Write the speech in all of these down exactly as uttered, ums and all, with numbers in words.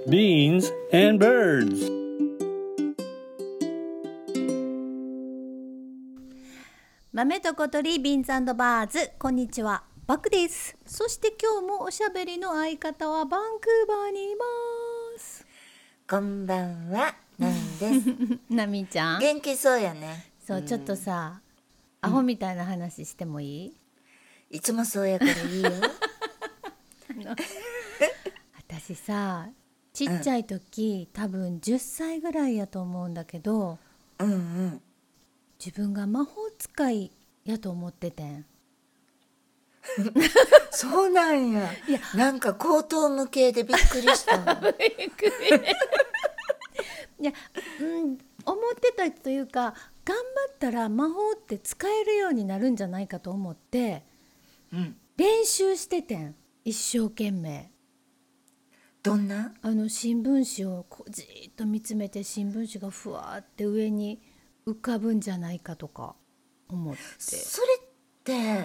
Beans and birds. 豆と小鳥ビーンズ&バーズ、こんにちは、バクです。そして今日もおしゃべりの相方はバンクーバーにいます。 こんばんは、ナミですナミちゃん元気そうやね。 そう、うん、ちょっとさ、アホみたいな話してもいい？ いつもそうやからいいよ私さ、ちっちゃい時、うん、多分じゅっさいぐらいやと思うんだけど、 うんうん、 自分が魔法使いやと思っててんそうなんや。いや、なんか口頭無形でびっくりしたびっくりいや、うん、思ってたというか、頑張ったら魔法って使えるようになるんじゃないかと思って、うん、練習しててん、一生懸命。 どんな？ あの新聞紙をこうじーっと見つめて、新聞紙がふわーって上に浮かぶんじゃないかとか思って。 それって、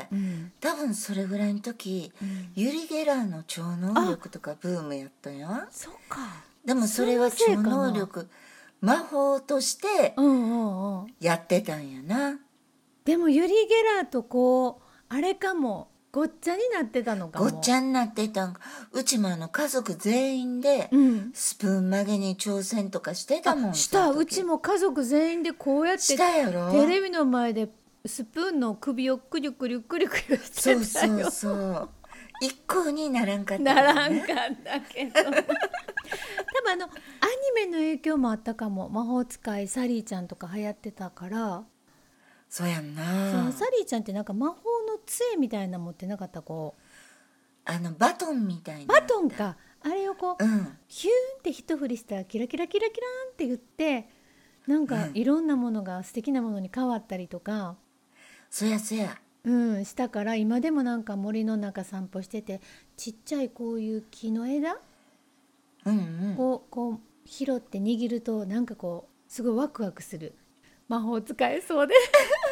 うん、多分それぐらいの時、うん、ユリ・ゲラーの超能力とかブームやったよ。 そっか。 でもそれは超能力、魔法としてやってたんやな、うんうんうん、 でもユリ・ゲラーとこうあれかも、ごっちゃになってたのかも。 ごっちゃになってたんか。うちもあの家族全員でスプーン曲げに挑戦とかしてたもん。 した。うちも家族全員でこうやってしたやろ。 テレビの前でスプーンの首をクリュクリュクリュクリュしてたよ。 そうそうそう。一向にならんかった、 ね、ならんかったけど多分あのアニメの影響もあったかも。魔法使いサリーちゃんとか流行ってたから。 そうやんな。 そう、サリーちゃんってなんか魔法の杖みたいなの持ってなかった？こうあのバトンみたいな。 バトンか。あれをこう、うん、ヒューンって一振りしたらキラキラキラキランって言って、なんかいろんなものが素敵なものに変わったりとか、 うん、そやそや、 うん、したから、今でもなんか森の中散歩してて、ちっちゃいこういう木の枝、うんうん、こう、こう拾って握るとなんかこうすごいワクワクする。魔法使えそうで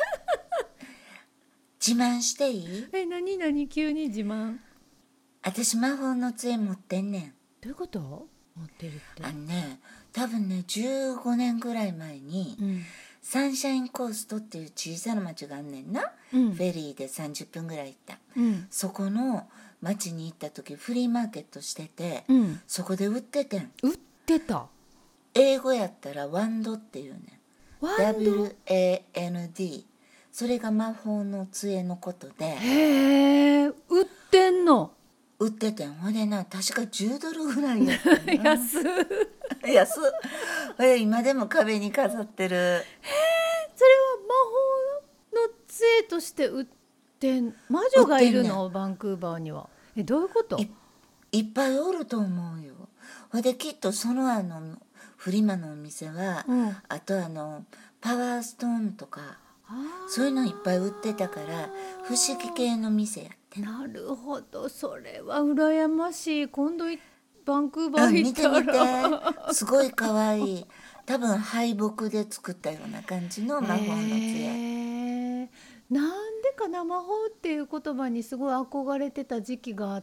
自慢していい？ え、なになに急に自慢？ 私魔法の杖持ってんねん。 どういうこと？持ってるって。 あのね、多分ねじゅうごねんぐらい前に、うん、サンシャインコーストっていう小さな町があんねんな、うん、フェリーでさんじゅっぷんぐらい行った、うん、そこの町に行った時フリーマーケットしてて、うん、そこで売っててん。 売ってた。 英語やったらワンドっていうねん。ダブリューエーエヌディー、 それが魔法の杖のことで。 へえ、売ってんの？ 売っててん。ほんでな、確かじゅうドルぐらいやったな安っ安っ。ほんで今でも壁に飾ってる。へえ、 それは魔法の杖として売ってん。魔女がいるの？バンクーバーには。え、どういうこと？ い, いっぱいおると思うよ。ほんできっとそのあのフリマのお店は、うん、あとあのパワーストーンとかそういうのいっぱい売ってたから、不思議系の店やって。 なるほど、それは羨ましい。今度バンクーバー行ったら、 うん、見て見て、すごいかわいい。多分廃木で作ったような感じの魔法の杖。 なんでかな、魔法っていう言葉にすごい憧れてた時期があって、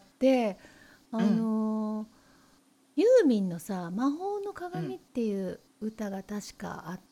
あのーうん、ユーミンのさ、魔法の鏡っていう歌が確かあって、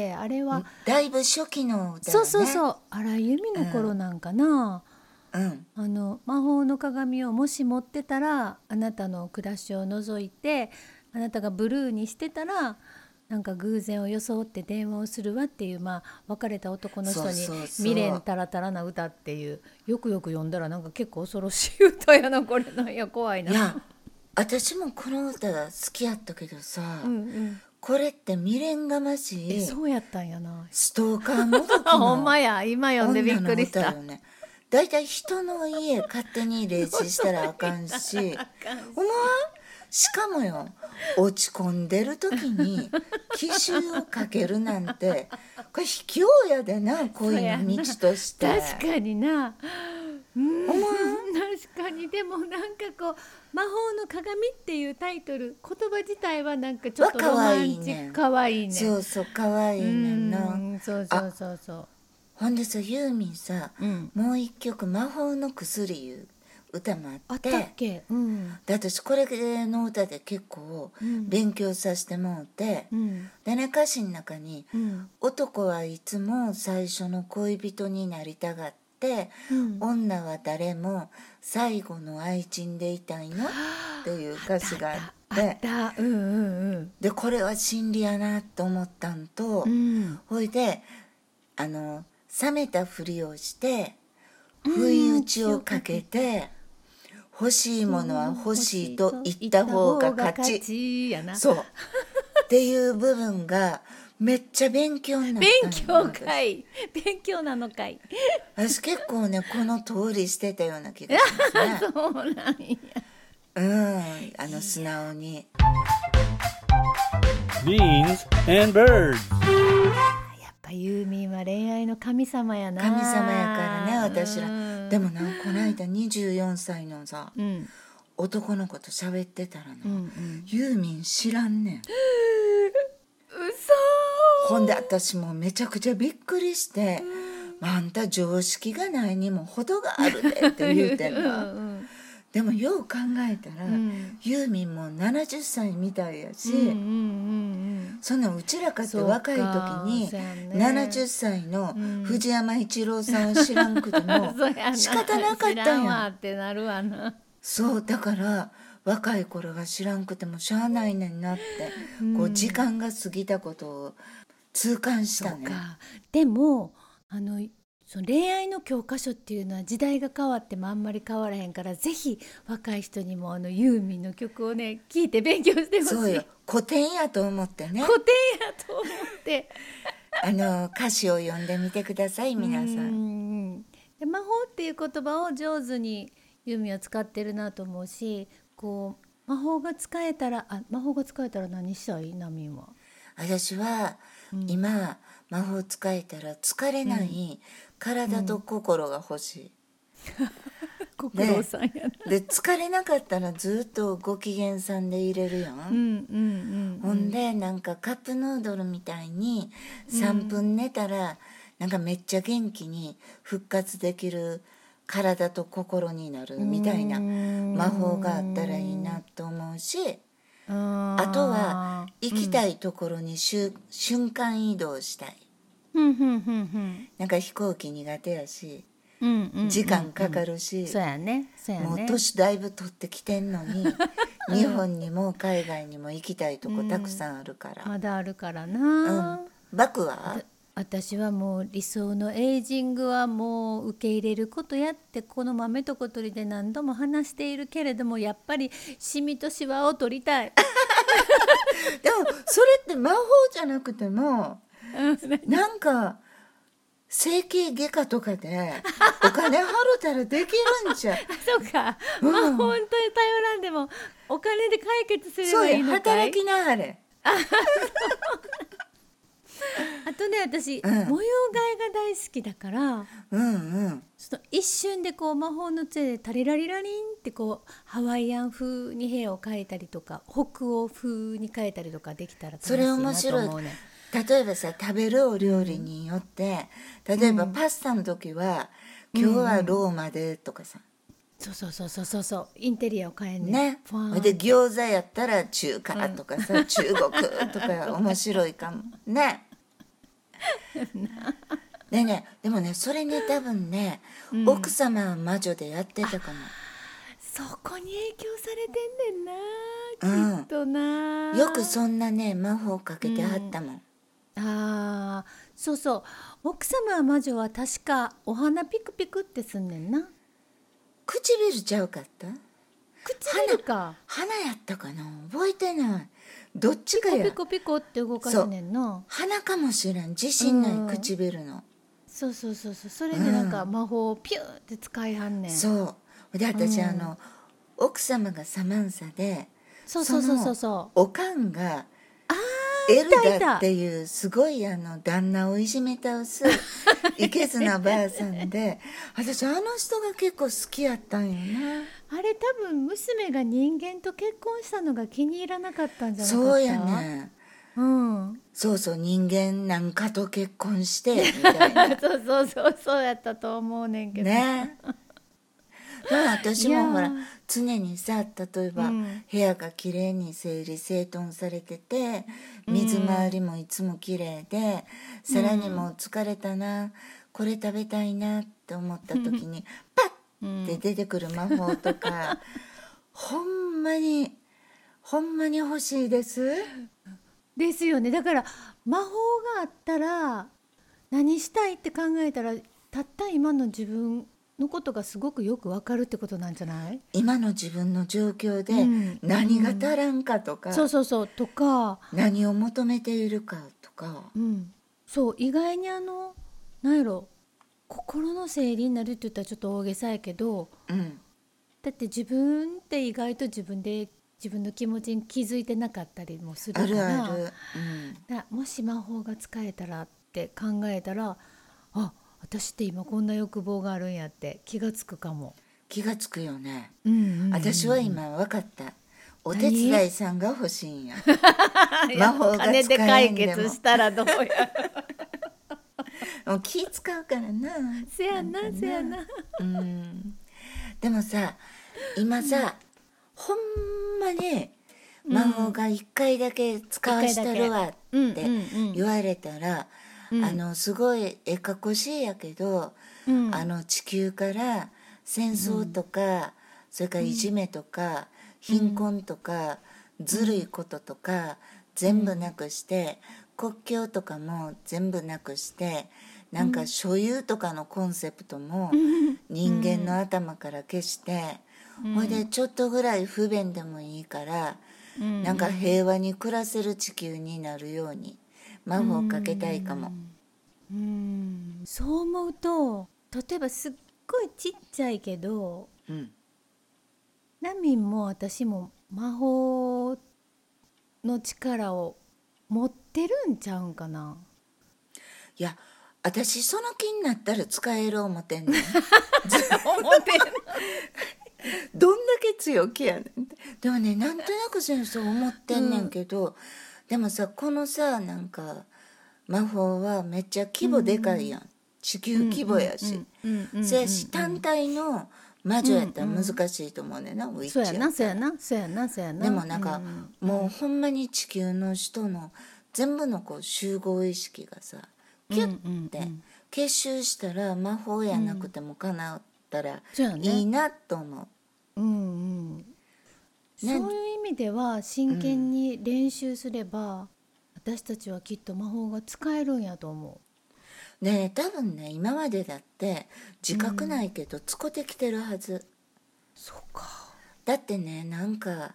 あれはだいぶ初期の歌だね。 そうそうそう、荒井由実の頃なんかな、うん、あの魔法の鏡をもし持ってたら、あなたの暮らしを覗いて、あなたがブルーにしてたら、なんか偶然を装って電話をするわっていう、まあ別れた男の人に未練たらたらな歌っていう。よくよく読んだらなんか結構恐ろしい歌やなこれ。なんや怖いな。 いや私もこの歌好きやったけどさ、うんうん、これって未練がましい。 そうやったんやな。 ストーカーもどきのほんまや、今読んでびっくりした。 ね、だいたい人の家勝手に霊視したらあかんしお前しかもよ、落ち込んでる時に奇襲をかけるなんてこれ卑怯やでな、恋の道として。 確かにな。うん、確かに。でもなんかこう魔法の鏡っていうタイトル、言葉自体はなんかちょっとロマンチック、かわいいね。 そうそう、かわいいねんな。 うん、そうそうそうそう。 ほんでさ、ユーミンさ、うん、もう一曲魔法の薬いう歌もあって、 あったっけ、うん、 で私これの歌で結構勉強させてもうて、 うん、 でね歌詞の中に、 うん、 男はいつも最初の恋人になりたがって、 うん、 女は誰も最後の愛人でいたいのっていう歌詞があって、 あった、うんうんうん、 でこれは真理やなと思ったんと、 うん、 ほいであの冷めたふりをして不意打ちをかけて、欲しいものは欲しいと言った方が勝ちやな。 そうっていう部分がめっちゃ勉強になった勉んよ。 強かい、勉強なのかい。 私結構ねこの通りしてたような気がしますね。 そうなんや。 うんあの素直に。 Beans and birds. やっぱユーミンは恋愛の神様やな。 神様やからね私ら。 うんでもなこの間にじゅうよんさいのさ、 うん、 男の子と喋ってたらな、 うんうん、 ユーミン知らんねん。 嘘。 ほんで私もめちゃくちゃびっくりして、あんた常識がないにも程があるでって言うてんな。 うんうん、 でもよう考えたら、 うん、 ユーミンもななじゅっさいみたいやし、 うんうんうんうん、 そんなうちらかって若い時に、ね、ななじゅっさいの藤山一郎さんを知らんくても仕方なかったんや。知らんわってなるわな。 そうだから若い頃が知らんくてもしゃあないねんなって、うん、こう時間が過ぎたことを痛感したね。 そうか。でもあのその恋愛の教科書っていうのは時代が変わってもあんまり変わらへんから、ぜひ若い人にもあのユーミンの曲をね聴いて勉強してほしい。 そうよ、古典やと思ってね、 古典やと思ってあの歌詞を読んでみてください皆さん。 うんで魔法っていう言葉を上手にユーミンは使ってるなと思うし、こう魔法が使えたらあ魔法が使えたら何したい？ナミンは。 私は、うん、今魔法使えたら疲れない体と心が欲しい、 うん、心さんやな。 で疲れなかったらずっとご機嫌さんでいれるやん、うんうんうんうん、ほんでなんかカップヌードルみたいにさんぷん寝たら、うん、なんかめっちゃ元気に復活できる体と心になるみたいな魔法があったらいいなと思うし、あ, あとは行きたいところに、うん、瞬間移動したい、うんうんうんうん、なんか飛行機苦手やし、うんうんうんうん、時間かかるし、 そうやね、そうやね、 もう年だいぶ取ってきてんのに日本にも海外にも行きたいとこたくさんあるから、 うん、まだあるからな、 うん、バクは私はもう理想のエイジングはもう受け入れることやってこの豆と小鳥で何度も話しているけれども、やっぱりシミとシワを取りたいでもそれって魔法じゃなくてもなんか整形外科とかでお金払ったらできるんじゃそうか、うん、まあ本当に頼らんでもお金で解決すればいいのかい。 そうや、働きなはれあとね私、うん、模様替えが大好きだから、 うんうん、 ちょっと一瞬でこう魔法の杖でタリラリラリンってこうハワイアン風に部屋を変えたりとか北欧風に変えたりとかできたら楽しいなと思うね。 それ面白い。例えばさ食べるお料理によって、うん、例えばパスタの時は、うん、今日はローマでとかさ、 そうそうそうそうそうそうインテリアを変えんねんね。で餃子やったら中華とかさ、うん、中国とか面白いかもねでねでもねそれね多分ね、うん、奥様は魔女でやってたかも。 そこに影響されてんねんな、きっとな、 うん、よくそんなね魔法かけてはったもん、 うん、あそうそう奥様は魔女は確かお花ピクピクってすんねんな。 唇ちゃうかった？ 唇か花やったかな覚えてない。どっちかや。 ピコピコピコって動かすねんな。 花かもしれん。自信ない、うん、唇の。 そうそうそうそう。それでなんか魔法をピューって使いはんねん。 そうで私、うん、あの奥様がサマンサで、 そうそうそうそうそう。 おかんがエルダっていうすごいあの旦那をいじめ倒すいけずなばあさんで私あの人が結構好きやったんよな。 あれ多分娘が人間と結婚したのが気に入らなかったんじゃなかった？ そうやね、うん、そうそう人間なんかと結婚してみたいなそうそうそうそうやったと思うねんけどねでも私もほらいや常にさ、例えば、 うん部屋がきれいに整理整頓されてて、水回りもいつもきれいで、さらにもう疲れたな、これ食べたいなって思った時にパッて出てくる魔法とか、ほんまにほんまに欲しいです。 ですよね。だから魔法があったら何したいって考えたら、たった今の自分のことがすごくよくわかるってことなんじゃない？ 今の自分の状況でうん何が足らんかとか、 そうそうそうとか、 何を求めているかとか、 うん、そう意外にあのなんやろ、心の整理になるって言ったらちょっと大げさやけど、 うんだって自分って意外と自分で自分の気持ちに気づいてなかったりもするかあら、 るある、うん、 だもし魔法が使えたらって考えたら、あ、私って今こんな欲望があるんやって気がつくかも。 気がつくよね、 うんうんうん、 私は今分かった。お手伝いさんが欲しいんや。 いや魔法が使えんでも金で解決したらどうや。 もう気使うからな。 せやなせやな。 うんでもさ、今さ、ほんまに魔法が一回だけ使わしたるわって言われたら、 うんあのすごいえかこしいやけど、 うんあの地球から戦争とか、それからいじめとか、貧困とか、ずるいこととか全部なくして、国境とかも全部なくして、なんか所有とかのコンセプトも人間の頭から消して、ほいでちょっとぐらい不便でもいいから、なんか平和に暮らせる地球になるように魔法をかけたいかも。 うん、そう思うと、例えばすっごいちっちゃいけど、 うん、 ナミンも私も魔法の力を持ってるんちゃうんかな。 いや、私その気になったら使える思てんねん。 思ってる。 どんだけ強気やねんって。でもね、なんとなくそう思ってんねんけど、うん、でもさ、このさ、なんか魔法はめっちゃ規模でかいやん、うん、地球規模やし、そやし単体の魔女やったら難しいと思うねんな、うんうん、ウィッチやったら。 そうやなそうやなそうやなそうやな。 でもなんか、うん、もうほんまに地球の人の全部のこう集合意識がさ、キュッて結集したら魔法やなくても叶ったらいいなと思う。 うんうん、そういう意味では真剣に練習すれば、うん、私たちはきっと魔法が使えるんやと思う。ねえ、多分ね、今までだって自覚ないけど使ってきてるはず、うん、 そうか。 だってね、なんか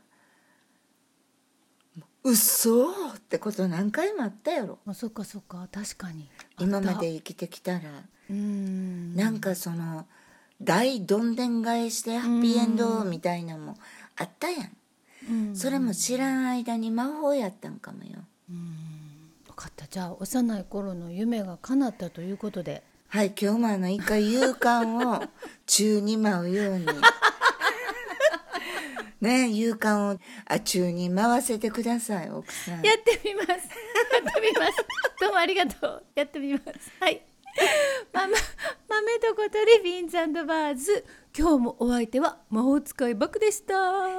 うっそーってこと何回もあったやろ。 あ、そっかそっか、確かに今まで生きてきたら、 うーん、 なんかその大どんでん返しでハッピーエンドみたいなのもあったやん、うん、それも知らん間に魔法やったんかもよ。 うん、分かった。じゃあ幼い頃の夢が叶ったということで、 はい、今日もあの一回勇敢を宙に舞うようにね、勇敢をあ宙に回せてください、奥さん。 やってみますやってみますどうもありがとう。やってみます。はい。ママ豆と小鳥ビーンズ&バーズ、今日もお相手は魔法使いバクでした。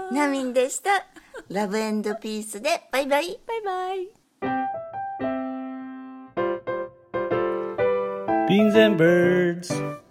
ナミンでした。ラブエンドピースでバイバイバイバイ。 Beans and birds.